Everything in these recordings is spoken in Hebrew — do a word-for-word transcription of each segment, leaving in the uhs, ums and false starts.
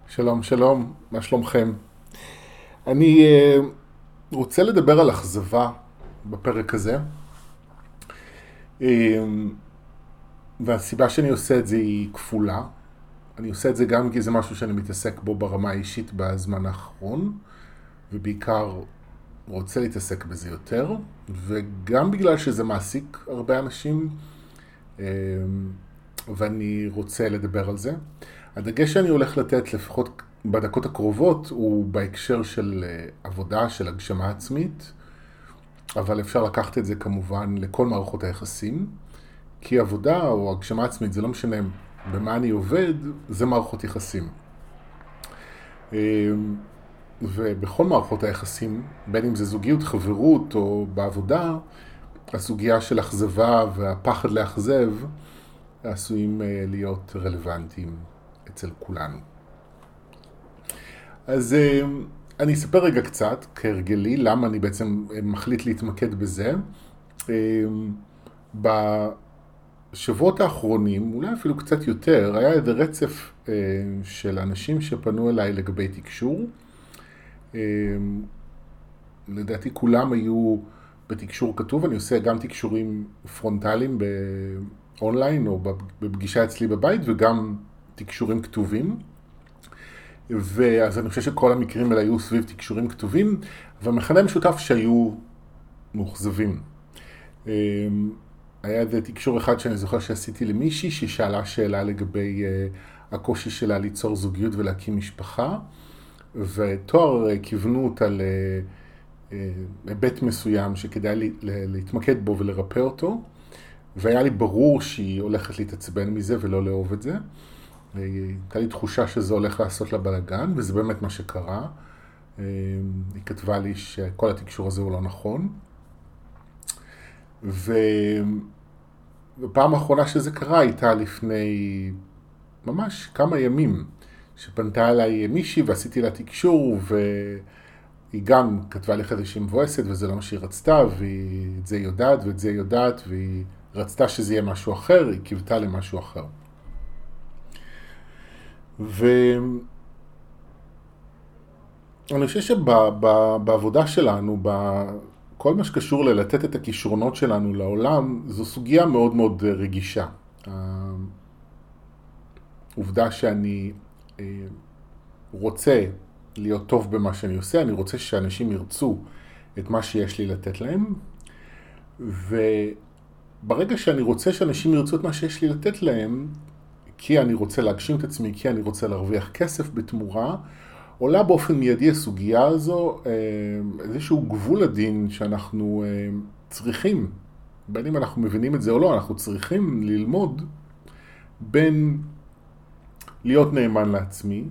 שלום, שלום, מה שלומכם? אני אה, רוצה לדבר על אכזבה בפרק הזה, אה, והסיבה שאני עושה את זה היא כפולה. אני עושה את זה גם כי זה משהו שאני מתעסק בו ברמה האישית בזמן האחרון, ובעיקר רוצה להתעסק בזה יותר, וגם בגלל שזה מעסיק הרבה אנשים, אה, ואני רוצה לדבר על זה. הדגש שאני הולך לתת לפחות בדקות הקרובות הוא בהקשר של עבודה, של הגשמה עצמית, אבל אפשר לקחת את זה כמובן לכל מערכות היחסים, כי עבודה או הגשמה עצמית, זה לא משנה במה אני עובד, זה מערכות יחסים. ובכל מערכות היחסים, בין אם זה זוגיות, חברות או בעבודה, הסוגיה של אכזבה והפחד לאכזב עשויים להיות רלוונטיים אצל כולנו. אז אני אספר רגע קצת, כהרגלי, למה אני בעצם מחליט להתמקד בזה. בשבועות האחרונים, אולי אפילו קצת יותר, היה איזה רצף של אנשים שפנו אליי לגבי תקשור. לדעתי כולם היו בתקשור כתוב, אני עושה גם תקשורים פרונטליים באונליין או בפגישה אצלי בבית וגם תקשורים כתובים. ואז אני חושב שכל המקרים האלה היו סביב תקשורים כתובים, והמכנה משותף שהיו מאוכזבים. היה איזה תקשור אחד שאני זוכר שעשיתי למישהי, ששאלה שאלה לגבי הקושי שלה ליצור זוגיות ולהקים משפחה, ותואר כיוונו אותה להיבט מסוים שכדאי להתמקד בו ולרפא אותו, והיה לי ברור שהיא הולכת להתעצבן מזה ולא לאהוב את זה. הייתה לי תחושה שזה הולך לעשות לה בלגן, וזה באמת מה שקרה. היא כתבה לי שכל התקשור הזה הוא לא נכון. ופעם האחרונה שזה קרה הייתה לפני ממש כמה ימים, שפנתה אליי מישהי ועשיתי לה תקשור, והיא גם כתבה לי חדש שהיא מבואסת, וזה לא מה שהיא רצתה, והיא את זה יודעת ואת זה יודעת, והיא רצתה שזה יהיה משהו אחר, היא קיוותה למשהו אחר. ואני חושב שבעבודה שלנו, בכל מה שקשור ללתת את הכישרונות שלנו לעולם, זו סוגיה מאוד מאוד רגישה. העובדה שאני רוצה להיות טוב במה שאני עושה, אני רוצה שאנשים ירצו את מה שיש לי לתת להם, וברגע שאני רוצה שאנשים ירצו את מה שיש לי לתת להם, כי אני רוצה להגשים את עצמי, כי אני רוצה להרוויח כסף בתמורה, עולה באופן מיידי הסוגיה הזו, איזשהו גבול הדין שאנחנו צריכים, בין אם אנחנו מבינים את זה או לא, אנחנו צריכים ללמוד בין להיות נאמן לעצמי,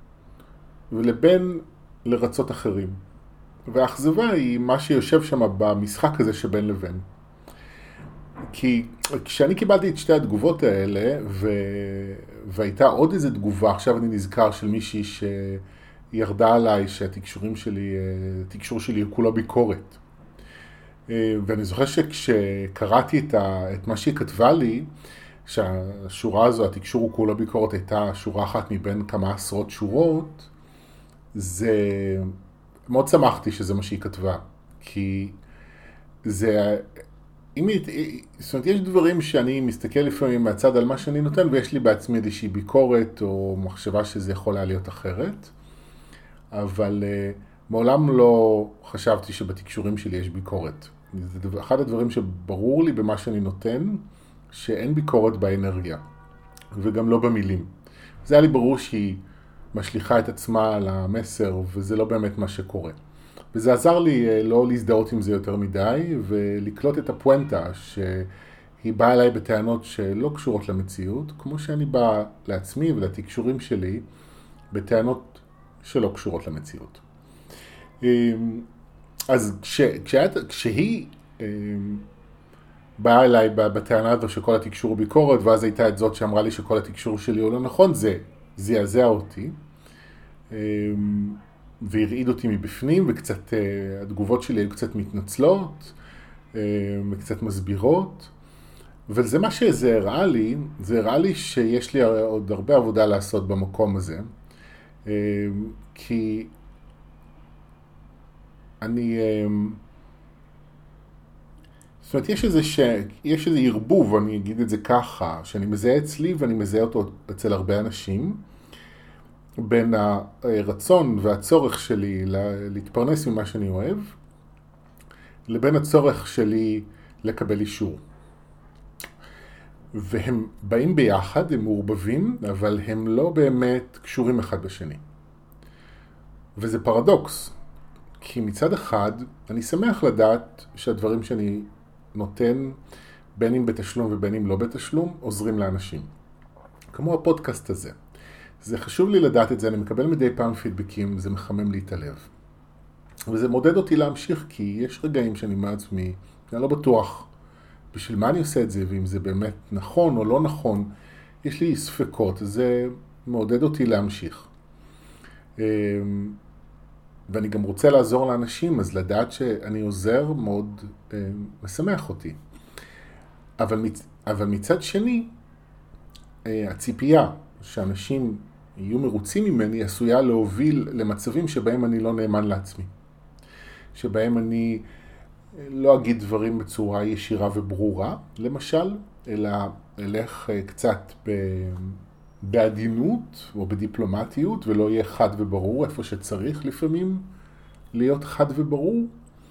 ולבין לרצות אחרים. והאכזבה היא מה שיושב שם במשחק הזה שבין לבין. כי כשאני קיבלתי את שתי התגובות האלה, ו... והייתה עוד איזו תגובה, עכשיו אני נזכר של מישהי שירדה עליי שהתקשורים שלי, התקשור שלי הוא כולו ביקורת. ואני זוכר שכשקראתי את, ה... את מה שהיא כתבה לי, שהשורה הזו, התקשור הוא כולו ביקורת, הייתה שורה אחת מבין כמה עשרות שורות, זה... מאוד שמחתי שזה מה שהיא כתבה, כי זה... אם, זאת אומרת, יש דברים שאני מסתכל לפעמים מהצד על מה שאני נותן, ויש לי בעצמי איזושהי ביקורת או מחשבה שזה יכול היה להיות אחרת, אבל uh, מעולם לא חשבתי שבתקשורים שלי יש ביקורת. זה אחד הדברים שברור לי במה שאני נותן, שאין ביקורת באנרגיה, וגם לא במילים. זה היה לי ברור שהיא משליחה את עצמה על המסר, וזה לא באמת מה שקורה. וזה עזר לי לא להזדהות עם זה יותר מדי, ולקלוט את הפואנטה שהיא באה אליי בטענות שלא קשורות למציאות, כמו שאני בא לעצמי ולתקשורים שלי בטענות שלא קשורות למציאות. אז כש, כשהיית, כשהיא באה אליי בטענה הזו שכל התקשור הוא ביקורת, ואז הייתה את זאת שאמרה לי שכל התקשור שלי הוא לא נכון, זה זעזע אותי. והרעיד אותי מבפנים, וקצת, התגובות שלי היו קצת מתנצלות, וקצת מסבירות, וזה מה שזה הראה לי, זה הראה לי שיש לי עוד הרבה עבודה לעשות במקום הזה, כי אני, זאת אומרת, יש איזה, ש... יש איזה ערבוב, אני אגיד את זה ככה, שאני מזהה אצלי ואני מזהה אותו אצל הרבה אנשים, בין הרצון והצורך שלי להתפרנס ממה שאני אוהב, לבין הצורך שלי לקבל אישור. והם באים ביחד, הם מעורבבים, אבל הם לא באמת קשורים אחד בשני. וזה פרדוקס, כי מצד אחד אני שמח לדעת שהדברים שאני נותן, בין אם בתשלום ובין אם לא בתשלום, עוזרים לאנשים. כמו הפודקאסט הזה. זה חשוב לי לדעת את זה, אני מקבל מדי פעם פידבקים, זה מחמם לי את הלב. וזה מודד אותי להמשיך, כי יש רגעים שאני מעצמי, אני לא בטוח בשביל מה אני עושה את זה, ואם זה באמת נכון או לא נכון, יש לי ספקות, זה מעודד אותי להמשיך. ואני גם רוצה לעזור לאנשים, אז לדעת שאני עוזר מאוד משמח אותי. אבל, מצ... אבל מצד שני, הציפייה שאנשים יהיו מרוצים ממני עשויה להוביל למצבים שבהם אני לא נאמן לעצמי. שבהם אני לא אגיד דברים בצורה ישירה וברורה, למשל, אלא אלך קצת ב... בעדינות או בדיפלומטיות, ולא יהיה חד וברור איפה שצריך לפעמים להיות חד וברור.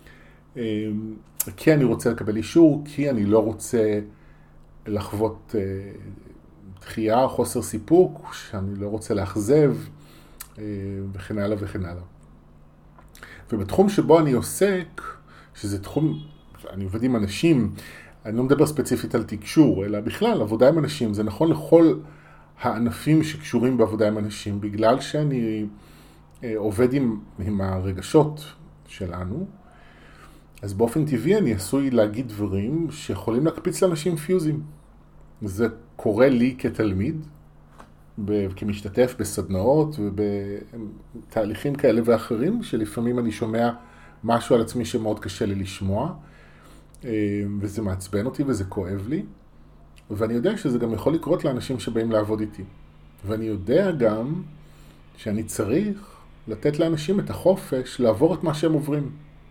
כי אני רוצה לקבל אישור, כי אני לא רוצה לחוות דחייה או חוסר סיפוק, שאני לא רוצה לאכזב, וכן הלאה וכן הלאה. ובתחום שבו אני עוסק, שזה תחום, אני עובד עם אנשים, אני לא מדבר ספציפית על תקשור, אלא בכלל, עבודה עם אנשים, זה נכון לכל הענפים שקשורים בעבודה עם אנשים, בגלל שאני עובד עם, עם הרגשות שלנו, אז באופן טבעי אני עשוי להגיד דברים שיכולים להקפיץ לאנשים פיוזים. זה קורה לי כתלמיד, כמשתתף בסדנאות ובתהליכים כאלה ואחרים, שלפעמים אני שומע משהו על עצמי שמאוד קשה לי לשמוע, וזה מעצבן אותי וזה כואב לי, ואני יודע שזה גם יכול לקרות לאנשים שבאים לעבוד איתי. ואני יודע גם שאני צריך לתת לאנשים את החופש לעבור את מה שהם עוברים.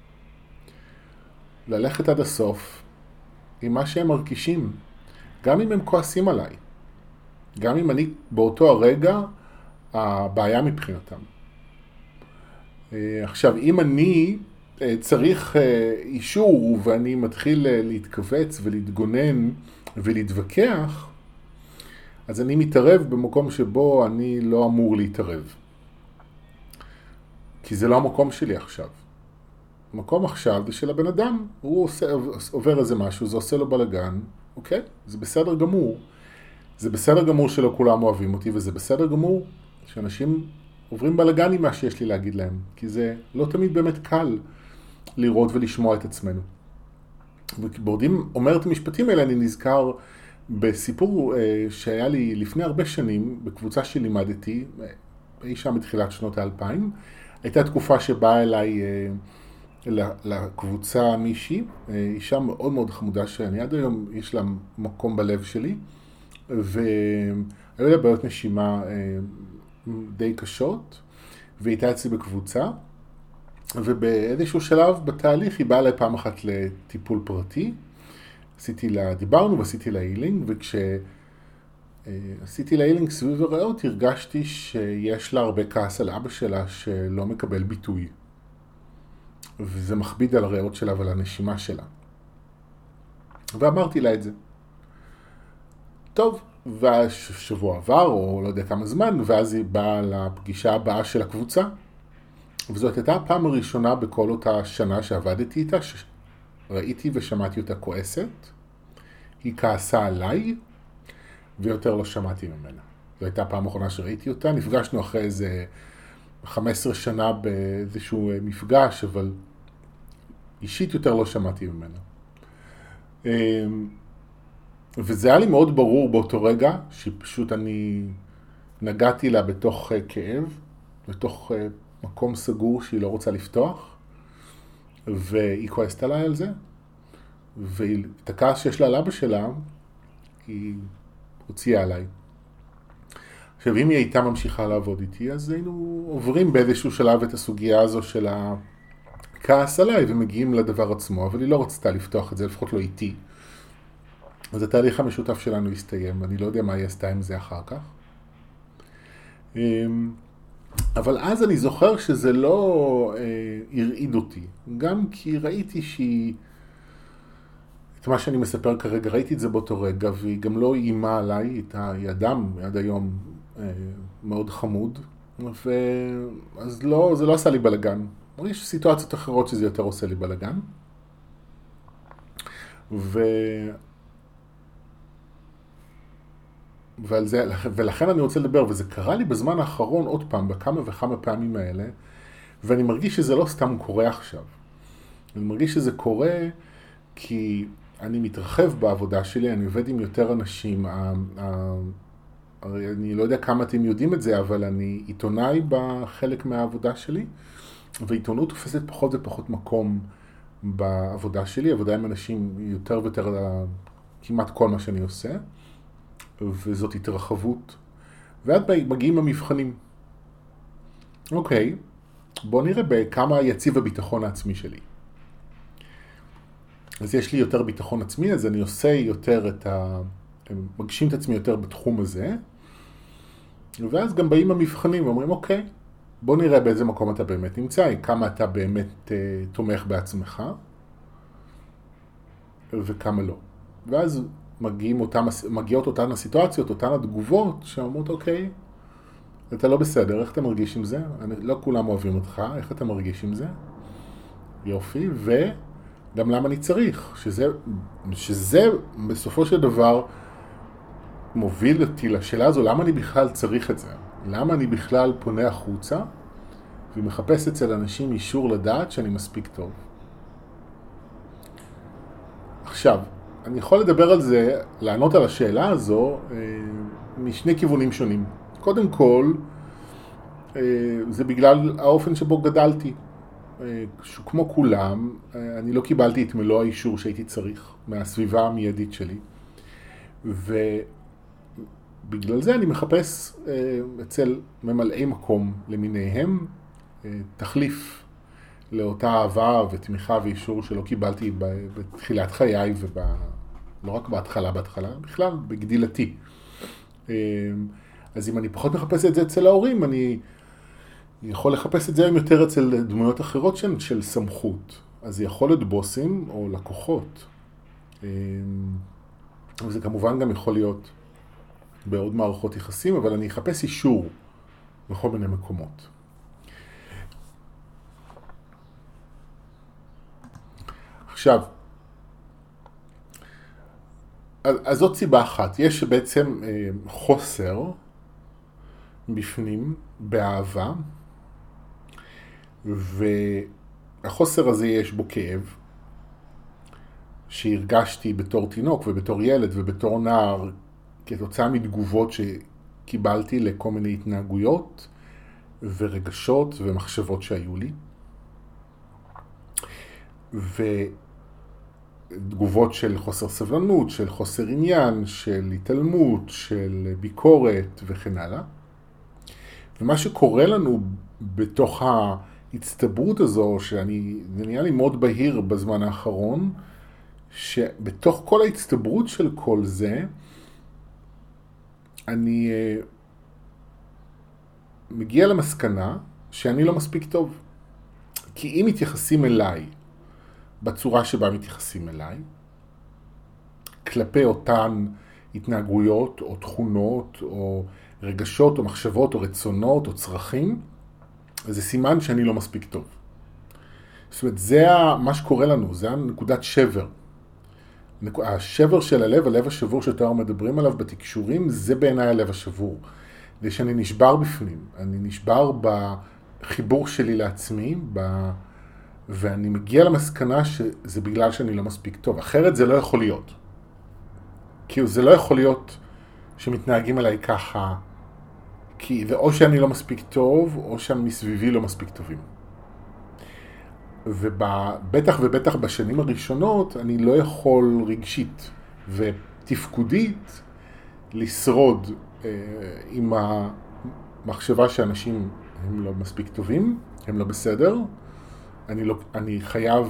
ללכת עד הסוף עם מה שהם מרגישים, גם אם הם כועסים עליי. גם אם אני באותו הרגע הבעיה מבחינתם. עכשיו, אם אני צריך אישור ואני מתחיל להתכווץ ולהתגונן ולהתווכח, אז אני מתערב במקום שבו אני לא אמור להתערב. כי זה לא המקום שלי עכשיו. המקום עכשיו זה של הבן אדם, הוא עושה, עובר איזה משהו, זה עושה לו בלגן, אוקיי? זה בסדר גמור. זה בסדר גמור שלא כולם אוהבים אותי, וזה בסדר גמור שאנשים עוברים בלגן עם מה שיש לי להגיד להם, כי זה לא תמיד באמת קל לראות ולשמוע את עצמנו. ובעודים אומר את המשפטים האלה, אני נזכר בסיפור שהיה לי לפני הרבה שנים, בקבוצה שלימדתי, אי שם בתחילת שנות האלפיים, הייתה תקופה שבאה אליי לקבוצה מישהי, אישה מאוד מאוד חמודה שאני עד היום יש לה מקום בלב שלי, והיו לה בעיות נשימה די קשות, והייתה אצלי בקבוצה, ובאיזשהו שלב בתהליך היא באה אליי פעם אחת לטיפול פרטי, עשיתי לה, דיברנו ועשיתי לה הילינג, וכשעשיתי לה הילינג סביב הרעות, הרגשתי שיש לה הרבה כעס על אבא שלה שלא מקבל ביטוי, וזה מכביד על הרעות שלה ועל הנשימה שלה. ואמרתי לה את זה. טוב, והשבוע עבר, או לא יודע כמה זמן, ואז היא באה לפגישה הבאה של הקבוצה, וזאת הייתה הפעם הראשונה בכל אותה שנה שעבדתי איתה, שראיתי ושמעתי אותה כועסת, היא כעסה עליי, ויותר לא שמעתי ממנה. זו הייתה הפעם האחרונה שראיתי אותה, נפגשנו אחרי איזה חמש עשרה שנה באיזשהו מפגש, אבל אישית יותר לא שמעתי ממנה. וזה היה לי מאוד ברור באותו רגע, שפשוט אני נגעתי לה בתוך כאב, בתוך מקום סגור שהיא לא רוצה לפתוח, והיא כועסת עליי על זה, ואת הכעס שיש לה על אבא שלה, היא הוציאה עליי. עכשיו, אם היא הייתה ממשיכה לעבוד איתי, אז היינו עוברים באיזשהו שלב את הסוגיה הזו של הכעס עליי, ומגיעים לדבר עצמו, אבל היא לא רצתה לפתוח את זה, לפחות לא איתי. אז התהליך המשותף שלנו הסתיים, אני לא יודע מה היא עשתה עם זה אחר כך. אבל אז אני זוכר שזה לא אה, הרעיד אותי, גם כי ראיתי שהיא, את מה שאני מספר כרגע, ראיתי את זה באותו רגע, והיא גם לא אימה עליי, היא אדם עד היום אה, מאוד חמוד, ואז לא, זה לא עשה לי בלגן. יש סיטואציות אחרות שזה יותר עושה לי בלגן. ו... ועל זה, ולכן אני רוצה לדבר, וזה קרה לי בזמן האחרון עוד פעם, בכמה וכמה פעמים האלה, ואני מרגיש שזה לא סתם קורה עכשיו. אני מרגיש שזה קורה כי אני מתרחב בעבודה שלי, אני עובד עם יותר אנשים, אני לא יודע כמה אתם יודעים את זה, אבל אני עיתונאי בחלק מהעבודה שלי, ועיתונות תופסת פחות ופחות מקום בעבודה שלי, עבודה עם אנשים יותר ויותר כמעט כל מה שאני עושה, וזאת התרחבות. ועד מגיעים המבחנים. אוקיי, בואו נראה בכמה יציב הביטחון העצמי שלי. אז יש לי יותר ביטחון עצמי, אז אני עושה יותר את ה... מגשים את עצמי יותר בתחום הזה, ואז גם באים המבחנים ואומרים, אוקיי, בוא נראה באיזה מקום אתה באמת נמצא, כמה אתה באמת uh, תומך בעצמך, וכמה לא. ואז מגיעים אותם, מגיעות אותן הסיטואציות, אותן התגובות, שאומרות, אוקיי, אתה לא בסדר, איך אתה מרגיש עם זה? אני, לא כולם אוהבים אותך, איך אתה מרגיש עם זה? יופי, וגם למה אני צריך? שזה, שזה בסופו של דבר מוביל אותי לשאלה הזו, למה אני בכלל צריך את זה? למה אני בכלל פונה החוצה ומחפש אצל אנשים אישור לדעת שאני מספיק טוב? עכשיו, אני יכול לדבר על זה, לענות על השאלה הזו משני כיוונים שונים. קודם כל, זה בגלל האופן שבו גדלתי. כמו כולם, אני לא קיבלתי את מלוא האישור שהייתי צריך מהסביבה המיידית שלי. ובגלל זה אני מחפש אצל ממלאי מקום למיניהם תחליף לאותה אהבה ותמיכה ואישור שלא קיבלתי בתחילת חיי וב... לא רק בהתחלה, בהתחלה, בכלל בגדילתי. אז אם אני פחות מחפש את זה אצל ההורים, אני יכול לחפש את זה היום יותר אצל דמויות אחרות של, של סמכות. אז זה יכול להיות בוסים או לקוחות. וזה כמובן גם יכול להיות בעוד מערכות יחסים, אבל אני אחפש אישור בכל מיני מקומות. עכשיו, אז זאת סיבה אחת. יש בעצם חוסר בפנים, באהבה, והחוסר הזה יש בו כאב, שהרגשתי בתור תינוק ובתור ילד ובתור נער, כתוצאה מתגובות שקיבלתי לכל מיני התנהגויות ורגשות ומחשבות שהיו לי. ותגובות של חוסר סבלנות, של חוסר עניין, של התעלמות, של ביקורת וכן הלאה. ומה שקורה לנו בתוך ההצטברות הזו, שאני, זה נהיה לי מאוד בהיר בזמן האחרון, שבתוך כל ההצטברות של כל זה, אני uh, מגיע למסקנה שאני לא מספיק טוב. כי אם מתייחסים אליי, בצורה שבה מתייחסים אליי, כלפי אותן התנהגויות או תכונות או רגשות או מחשבות או רצונות או צרכים, זה סימן שאני לא מספיק טוב. זאת אומרת, זה מה שקורה לנו, זה הנקודת שבר. השבר של הלב, הלב השבור שאתם מדברים עליו בתקשורים, זה בעיניי הלב השבור. זה שאני נשבר בפנים, אני נשבר בחיבור שלי לעצמי, ב... ואני מגיע למסקנה שזה בגלל שאני לא מספיק טוב. אחרת זה לא יכול להיות. כי זה לא יכול להיות שמתנהגים עליי ככה, כי זה או שאני לא מספיק טוב, או שמסביבי לא מספיק טובים. ובטח ובטח בשנים הראשונות, אני לא יכול רגשית ותפקודית לשרוד עם המחשבה שאנשים הם לא מספיק טובים, הם לא בסדר. אני, לא, אני חייב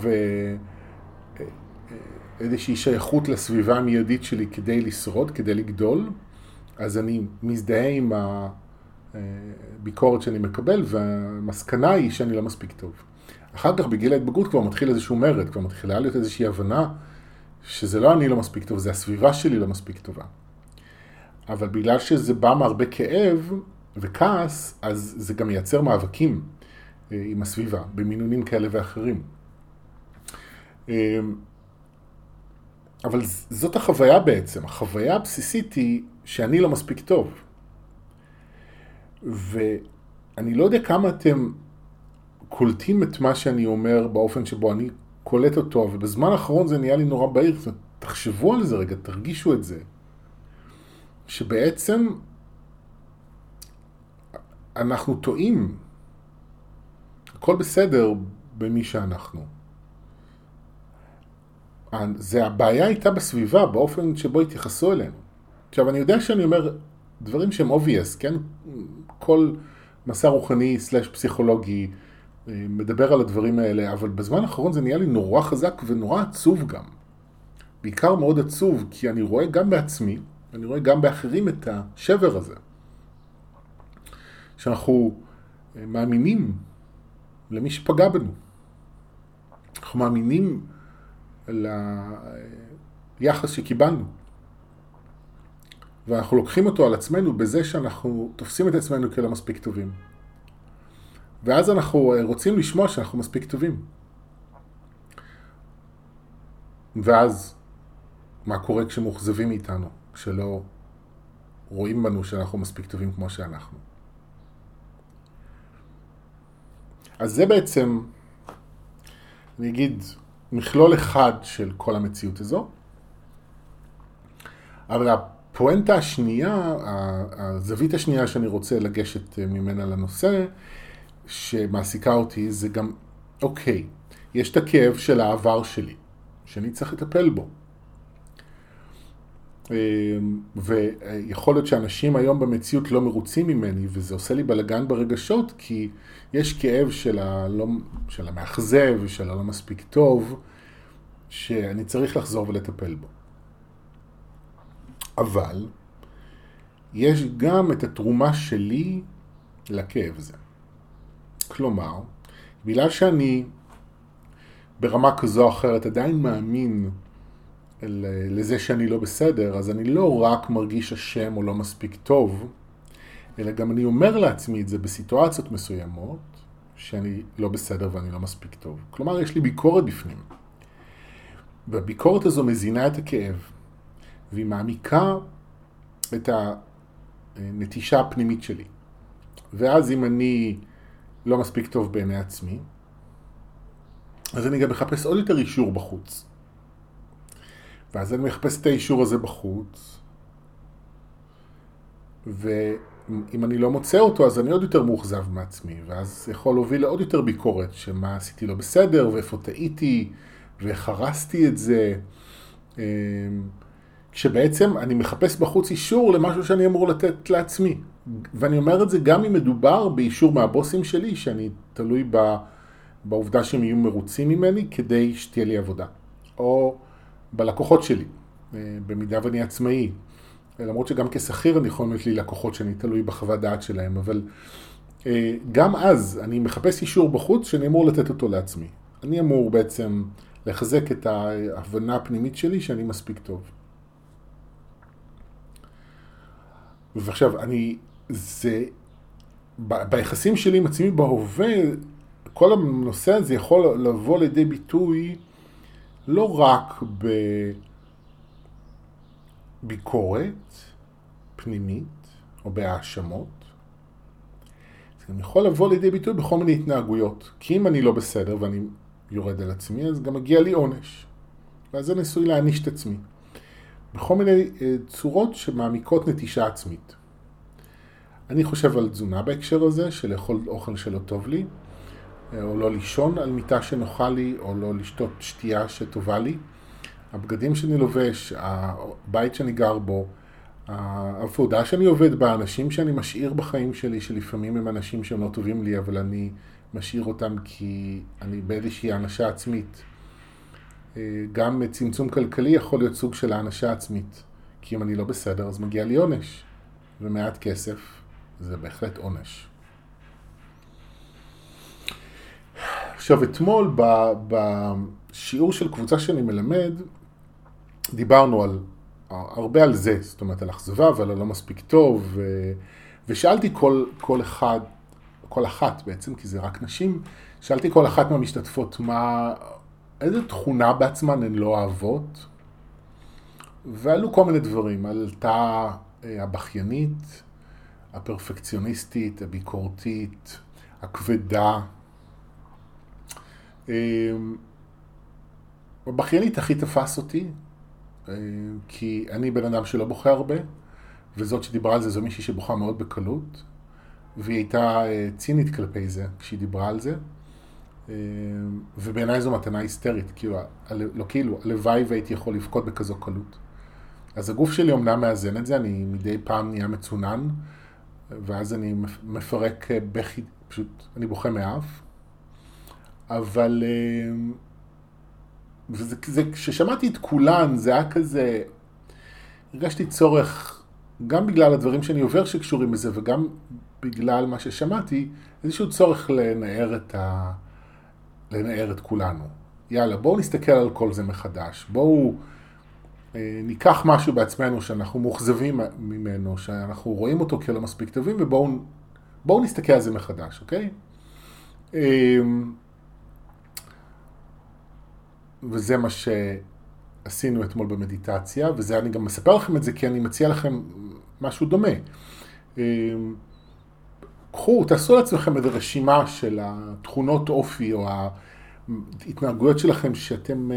איזושהי שייכות לסביבה המיידית שלי כדי לשרוד, כדי לגדול. אז אני מזדהה עם הביקורת שאני מקבל, והמסקנה היא שאני לא מספיק טוב. אחר כך בגיל ההתבגרות כבר מתחיל איזשהו מרד, כבר מתחילה להיות איזושהי הבנה שזה לא אני לא מספיק טוב, זה הסביבה שלי לא מספיק טובה. אבל בגלל שזה בא מהרבה כאב וכעס, אז זה גם מייצר מאבקים עם הסביבה, במינונים כאלה ואחרים. אבל זאת החוויה בעצם. החוויה הבסיסית היא שאני לא מספיק טוב. ואני לא יודע כמה אתם קולטים את מה שאני אומר באופן שבו אני קולט אותו, ובזמן האחרון זה נהיה לי נורא בהיר. תחשבו על זה רגע, תרגישו את זה. שבעצם אנחנו טועים. הכל בסדר במי שאנחנו. זה הבעיה הייתה בסביבה, באופן שבו התייחסו אלינו. עכשיו, אני יודע שאני אומר דברים שהם obvious, כן? כל מסע רוחני סלש פסיכולוגי מדבר על הדברים האלה, אבל בזמן האחרון זה נהיה לי נורא חזק ונורא עצוב גם. בעיקר מאוד עצוב, כי אני רואה גם בעצמי, אני רואה גם באחרים את השבר הזה. שאנחנו מאמינים למי שפגע בנו. אנחנו מאמינים ליחס שקיבלנו. ואנחנו לוקחים אותו על עצמנו בזה שאנחנו תופסים את עצמנו כלא מספיק טובים. ואז אנחנו רוצים לשמוע שאנחנו מספיק טובים. ואז מה קורה כשמוחזבים איתנו, כשלא רואים בנו שאנחנו מספיק טובים כמו שאנחנו. אז זה בעצם, אני אגיד, מכלול אחד של כל המציאות הזו. אבל הפואנטה השנייה, הזווית השנייה שאני רוצה לגשת ממנה לנושא, שמעסיקה אותי, זה גם, אוקיי, יש את הכאב של העבר שלי, שאני צריך לטפל בו. ויכול להיות שאנשים היום במציאות לא מרוצים ממני, וזה עושה לי בלגן ברגשות, כי יש כאב של, הלא, של המאכזב ושל הלא מספיק טוב, שאני צריך לחזור ולטפל בו. אבל יש גם את התרומה שלי לכאב הזה. כלומר, בגלל שאני ברמה כזו או אחרת עדיין מאמין לזה שאני לא בסדר, אז אני לא רק מרגיש אשם או לא מספיק טוב, אלא גם אני אומר לעצמי את זה בסיטואציות מסוימות, שאני לא בסדר ואני לא מספיק טוב. כלומר, יש לי ביקורת בפנים. והביקורת הזו מזינה את הכאב, והיא מעמיקה את הנטישה הפנימית שלי. ואז אם אני לא מספיק טוב בעיני עצמי, אז אני גם מחפש עוד יותר אישור בחוץ. ואז אני מחפש את האישור הזה בחוץ, ואם אני לא מוצא אותו, אז אני עוד יותר מאוכזב מעצמי, ואז יכול להוביל לעוד יותר ביקורת, שמה עשיתי לא בסדר, ואיפה טעיתי, ואיך הרסתי את זה, כשבעצם אני מחפש בחוץ אישור למשהו שאני אמור לתת לעצמי. ואני אומר את זה גם אם מדובר באישור מהבוסים שלי, שאני תלוי בעובדה שהם יהיו מרוצים ממני, כדי שתהיה לי עבודה. או בלקוחות שלי, במידה ואני עצמאי. למרות שגם כשכיר אני יכול להיות לי לקוחות שאני תלוי בחוות דעת שלהם, אבל גם אז אני מחפש אישור בחוץ שאני אמור לתת אותו לעצמי. אני אמור בעצם לחזק את ההבנה הפנימית שלי שאני מספיק טוב. ועכשיו, אני, זה, ביחסים שלי עם עצמי בהווה, כל הנושא הזה יכול לבוא לידי ביטוי לא רק בביקורת פנימית או בהאשמות, זה גם יכול לבוא לידי ביטוי בכל מיני התנהגויות. כי אם אני לא בסדר ואני יורד על עצמי, אז גם מגיע לי עונש. ואז אני עשוי להעניש את עצמי. בכל מיני צורות שמעמיקות נטישה עצמית. אני חושב על תזונה בהקשר הזה, של לאכול אוכל שלא טוב לי, או לא לישון על מיטה שנוחה לי, או לא לשתות שתייה שטובה לי. הבגדים שאני לובש, הבית שאני גר בו, העבודה שאני עובד בה, אנשים שאני משאיר בחיים שלי, שלפעמים הם אנשים שהם לא טובים לי, אבל אני משאיר אותם כי אני באיזושהי האנשה עצמית. גם צמצום כלכלי יכול להיות סוג של האנשה עצמית, כי אם אני לא בסדר אז מגיע לי עונש, ומעט כסף זה בהחלט עונש. עכשיו אתמול בשיעור של קבוצה שאני מלמד, דיברנו על, הרבה על זה, זאת אומרת על אכזבה ועל הלא מספיק טוב, ו, ושאלתי כל, כל אחד, כל אחת בעצם, כי זה רק נשים, שאלתי כל אחת מהמשתתפות מה, איזה תכונה בעצמן הן לא אוהבות, ועלו כל מיני דברים, עלתה הבכיינית, הפרפקציוניסטית, הביקורתית, הכבדה. הבכיינית הכי תפס אותי, כי אני בן אדם שלא בוכה הרבה, וזאת שדיברה על זה זו מישהי שבוכה מאוד בקלות, והיא הייתה צינית כלפי זה כשהיא דיברה על זה, ובעיניי זו מתנה היסטרית, כאילו, לא כאילו, הלוואי והייתי יכול לבכות בכזו קלות. אז הגוף שלי אומנם מאזן את זה, אני מדי פעם נהיה מצונן, ואז אני מפרק בכי, פשוט, אני בוכה מאף, אבל וזה, זה, כששמעתי את כולן, זה היה כזה, הרגשתי צורך, גם בגלל הדברים שאני עובר שקשורים בזה, וגם בגלל מה ששמעתי, איזשהו צורך לנער את, ה... לנער את כולנו. יאללה, בואו נסתכל על כל זה מחדש. בואו אה, ניקח משהו בעצמנו שאנחנו מוחזבים ממנו, שאנחנו רואים אותו כלא מספיק טובים, ובואו בואו נסתכל על זה מחדש, אוקיי? אה, וזה מה שעשינו אתמול במדיטציה, וזה אני גם מספר לכם את זה, כי אני מציע לכם משהו דומה. קחו, תעשו לעצמכם איזו רשימה של התכונות אופי, או ההתנהגויות שלכם שאתם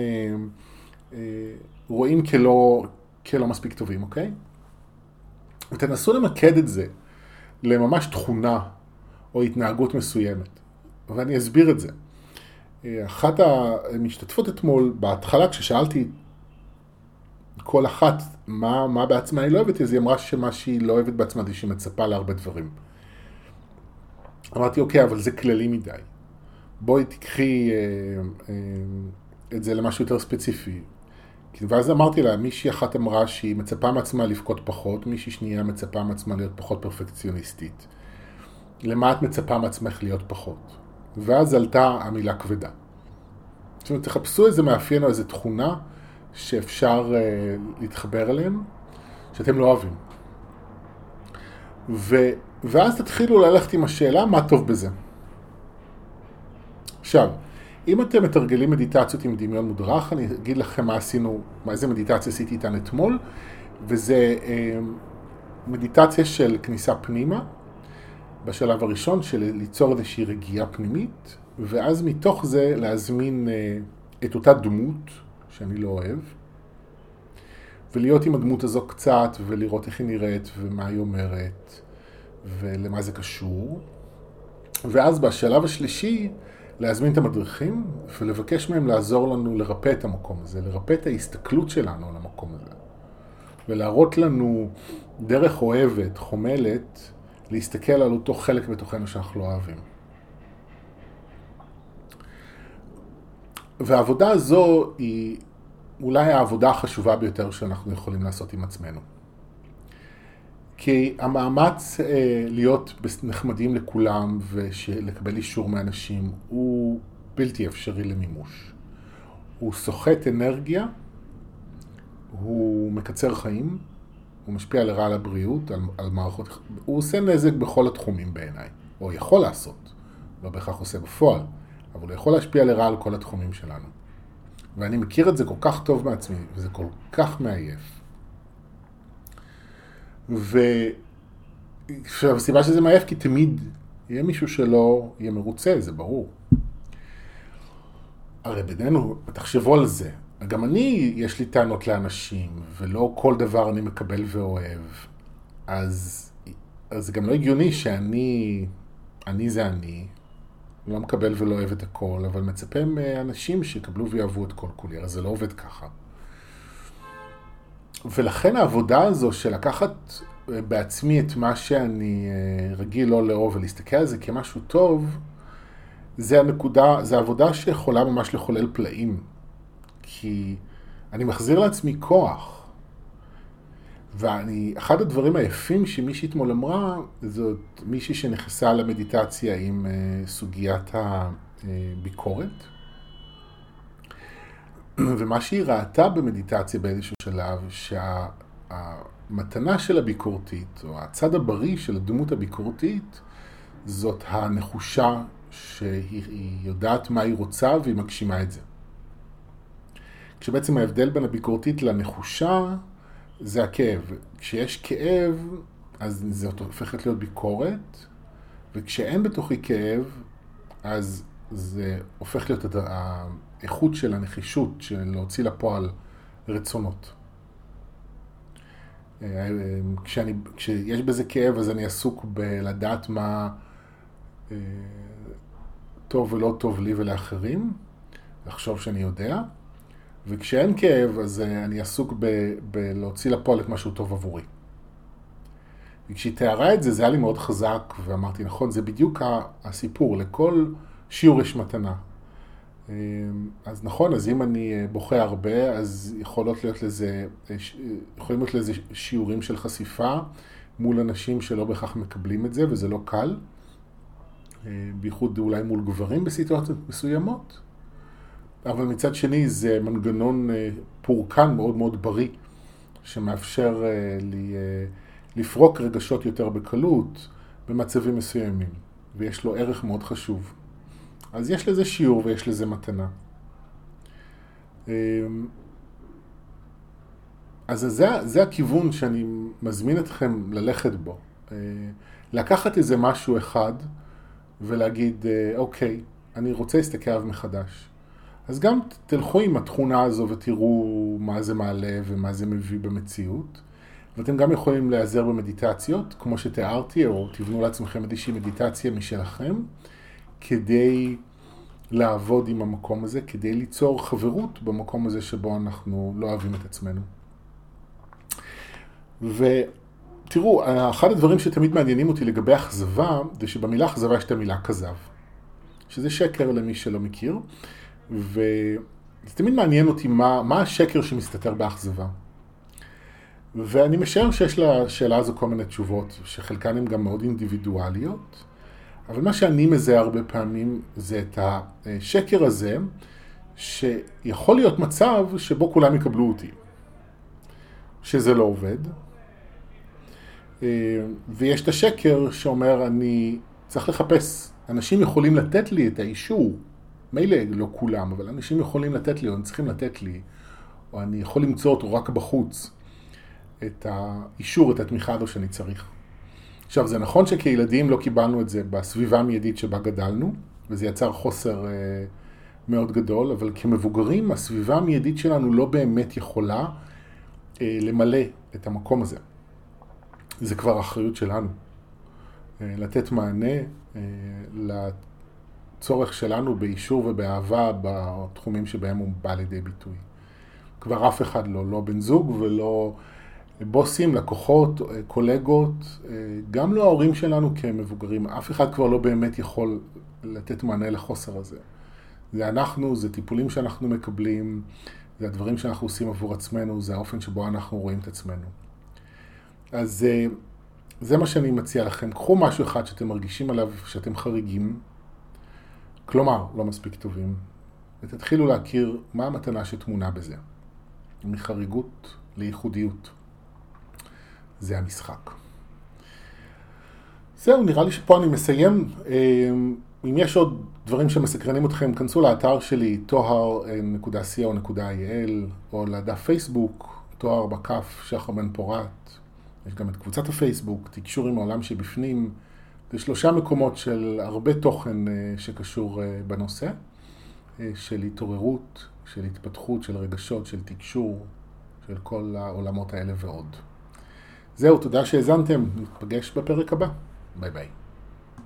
רואים כלא, כלא מספיק טובים, אוקיי? ותנסו למקד את זה לממש תכונה או התנהגות מסוימת. ואני אסביר את זה. אחת המשתתפות אתמול, בהתחלה כששאלתי כל אחת מה, מה בעצמה היא לא אוהבת, אז היא אמרה שמה שהיא לא אוהבת בעצמה זה שהיא מצפה להרבה דברים. אמרתי, אוקיי, אבל זה כללי מדי. בואי תקחי אה, אה, את זה למשהו יותר ספציפי. ואז אמרתי לה, מישהי אחת אמרה שהיא מצפה מעצמה לבכות פחות, מישהי שנייה מצפה מעצמה להיות פחות פרפקציוניסטית. למה את מצפה מעצמך להיות פחות? ואז עלתה המילה כבדה. זאת אומרת, תחפשו איזה מאפיין או איזה תכונה שאפשר uh, להתחבר אליהם, שאתם לא אוהבים. ו, ואז תתחילו ללכת עם השאלה, מה טוב בזה? עכשיו, אם אתם מתרגלים מדיטציות עם דמיון מודרך, אני אגיד לכם מה עשינו, מה איזה מדיטציה עשיתי איתן אתמול, וזה uh, מדיטציה של כניסה פנימה, בשלב הראשון של ליצור איזושהי רגיעה פנימית, ואז מתוך זה להזמין uh, את אותה דמות שאני לא אוהב, ולהיות עם הדמות הזו קצת, ולראות איך היא נראית, ומה היא אומרת, ולמה זה קשור. ואז בשלב השלישי, להזמין את המדריכים, ולבקש מהם לעזור לנו לרפא את המקום הזה, לרפא את ההסתכלות שלנו על המקום הזה, ולהראות לנו דרך אוהבת, חומלת, להסתכל על אותו חלק בתוכנו שאנחנו לא אוהבים. והעבודה הזו היא אולי העבודה החשובה ביותר שאנחנו יכולים לעשות עם עצמנו. כי המאמץ אה, להיות נחמדים לכולם ולקבל אישור מאנשים הוא בלתי אפשרי למימוש. הוא סוחט אנרגיה, הוא מקצר חיים, הוא משפיע לרעה על הבריאות, על, על מערכות, הוא עושה נזק בכל התחומים בעיניי, או יכול לעשות, לא בהכרח עושה בפועל, אבל הוא יכול להשפיע לרעה על כל התחומים שלנו. ואני מכיר את זה כל כך טוב מעצמי, וזה כל כך מעייף. והסיבה שזה מעייף, כי תמיד יהיה מישהו שלא יהיה מרוצה, זה ברור. הרי בינינו, תחשבו על זה. גם אני, יש לי טענות לאנשים, ולא כל דבר אני מקבל ואוהב. אז, אז זה גם לא הגיוני שאני, אני זה אני, לא מקבל ולא אוהב את הכל, אבל מצפה מאנשים שיקבלו ויאהבו את כל כולי, אז זה לא עובד ככה. ולכן העבודה הזו של לקחת בעצמי את מה שאני רגיל לא לאהוב ולהסתכל על זה כמשהו טוב, זה הנקודה, זה עבודה שיכולה ממש לחולל פלאים. כי אני מחזיר לעצמי כוח. ואני, אחד הדברים היפים שמישהי אתמול אמרה, זאת מישהי שנכנסה למדיטציה עם סוגיית הביקורת. ומה שהיא ראתה במדיטציה באיזשהו שלב, שהמתנה של הביקורתית, או הצד הבריא של הדמות הביקורתית, זאת הנחושה שהיא יודעת מה היא רוצה והיא מגשימה את זה. כשבעצם ההבדל בין הביקורתית לנחושה, זה הכאב. כשיש כאב, אז זה הופכת להיות ביקורת, וכשאין בתוכי כאב, אז זה הופך להיות האיכות של הנחישות, של להוציא לפועל רצונות. כשאני, כשיש בזה כאב, אז אני עסוק בלדעת מה טוב ולא טוב לי ולאחרים, לחשוב שאני יודע. וכשאין כאב, אז אני עסוק ב- בלהוציא לפועל את משהו טוב עבורי. וכשהיא תיארה את זה, זה היה לי מאוד חזק, ואמרתי, נכון, זה בדיוק הסיפור, לכל שיעור יש מתנה. אז נכון, אז אם אני בוכה הרבה, אז יכולות להיות לזה, יכולים להיות לזה שיעורים של חשיפה, מול אנשים שלא בהכרח מקבלים את זה, וזה לא קל. בייחוד אולי מול גברים בסיטואציות מסוימות. אבל מצד שני זה מנגנון פורקן מאוד מאוד בריא, שמאפשר לי לפרוק רגשות יותר בקלות במצבים מסוימים, ויש לו ערך מאוד חשוב. אז יש לזה שיעור ויש לזה מתנה. אז זה, זה הכיוון שאני מזמין אתכם ללכת בו. לקחת איזה משהו אחד ולהגיד, אוקיי, אני רוצה להסתכל עליו מחדש. אז גם תלכו עם התכונה הזו ותראו מה זה מעלה ומה זה מביא במציאות. ואתם גם יכולים להיעזר במדיטציות, כמו שתיארתי, או תבנו לעצמכם איזושהי מדיטציה משלכם, כדי לעבוד עם המקום הזה, כדי ליצור חברות במקום הזה שבו אנחנו לא אוהבים את עצמנו. ותראו, אחד הדברים שתמיד מעניינים אותי לגבי אכזבה, זה שבמילה אכזבה יש את המילה כזב, שזה שקר למי שלא מכיר, וזה תמיד מעניין אותי מה, מה השקר שמסתתר באכזבה. ואני משער שיש לשאלה הזו כל מיני תשובות, שחלקן הן גם מאוד אינדיבידואליות, אבל מה שאני מזהה הרבה פעמים זה את השקר הזה, שיכול להיות מצב שבו כולם יקבלו אותי, שזה לא עובד. ויש את השקר שאומר, אני צריך לחפש, אנשים יכולים לתת לי את האישור, מילא לא כולם, אבל אנשים יכולים לתת לי, או הם צריכים לתת לי, או אני יכול למצוא אותו רק בחוץ, את האישור, את התמיכה הזו שאני צריך. עכשיו, זה נכון שכילדים לא קיבלנו את זה בסביבה המיידית שבה גדלנו, וזה יצר חוסר אה, מאוד גדול, אבל כמבוגרים, הסביבה המיידית שלנו לא באמת יכולה אה, למלא את המקום הזה. זה כבר אחריות שלנו. אה, לתת מענה אה, לצורך שלנו באישור ובאהבה בתחומים שבהם הוא בא לידי ביטוי. כבר אף אחד לא, לא בן זוג ולא בוסים, לקוחות, קולגות, גם לא ההורים שלנו כמבוגרים, אף אחד כבר לא באמת יכול לתת מענה לחוסר הזה. זה אנחנו, זה טיפולים שאנחנו מקבלים, זה הדברים שאנחנו עושים עבור עצמנו, זה האופן שבו אנחנו רואים את עצמנו. אז זה מה שאני מציע לכם. קחו משהו אחד שאתם מרגישים עליו שאתם חריגים, כלומר, לא מספיק טובים, ותתחילו להכיר מה המתנה שתמונה בזה. מחריגות לייחודיות. זה המשחק. זהו, נראה לי שפה אני מסיים. אם יש עוד דברים שמסקרנים אתכם, כנסו לאתר שלי, טוהר נקודה סי או נקודה איי אל, או לדף פייסבוק, טוהר בכף, שחר בן פורת. יש גם את קבוצת הפייסבוק, תקשור עם העולם שבפנים. זה שלושה מקומות של הרבה תוכן שקשור בנושא, של התעוררות, של התפתחות, של רגשות, של תקשור, של כל העולמות האלה ועוד. זהו, תודה שהאזנתם, נתפגש בפרק הבא. ביי ביי.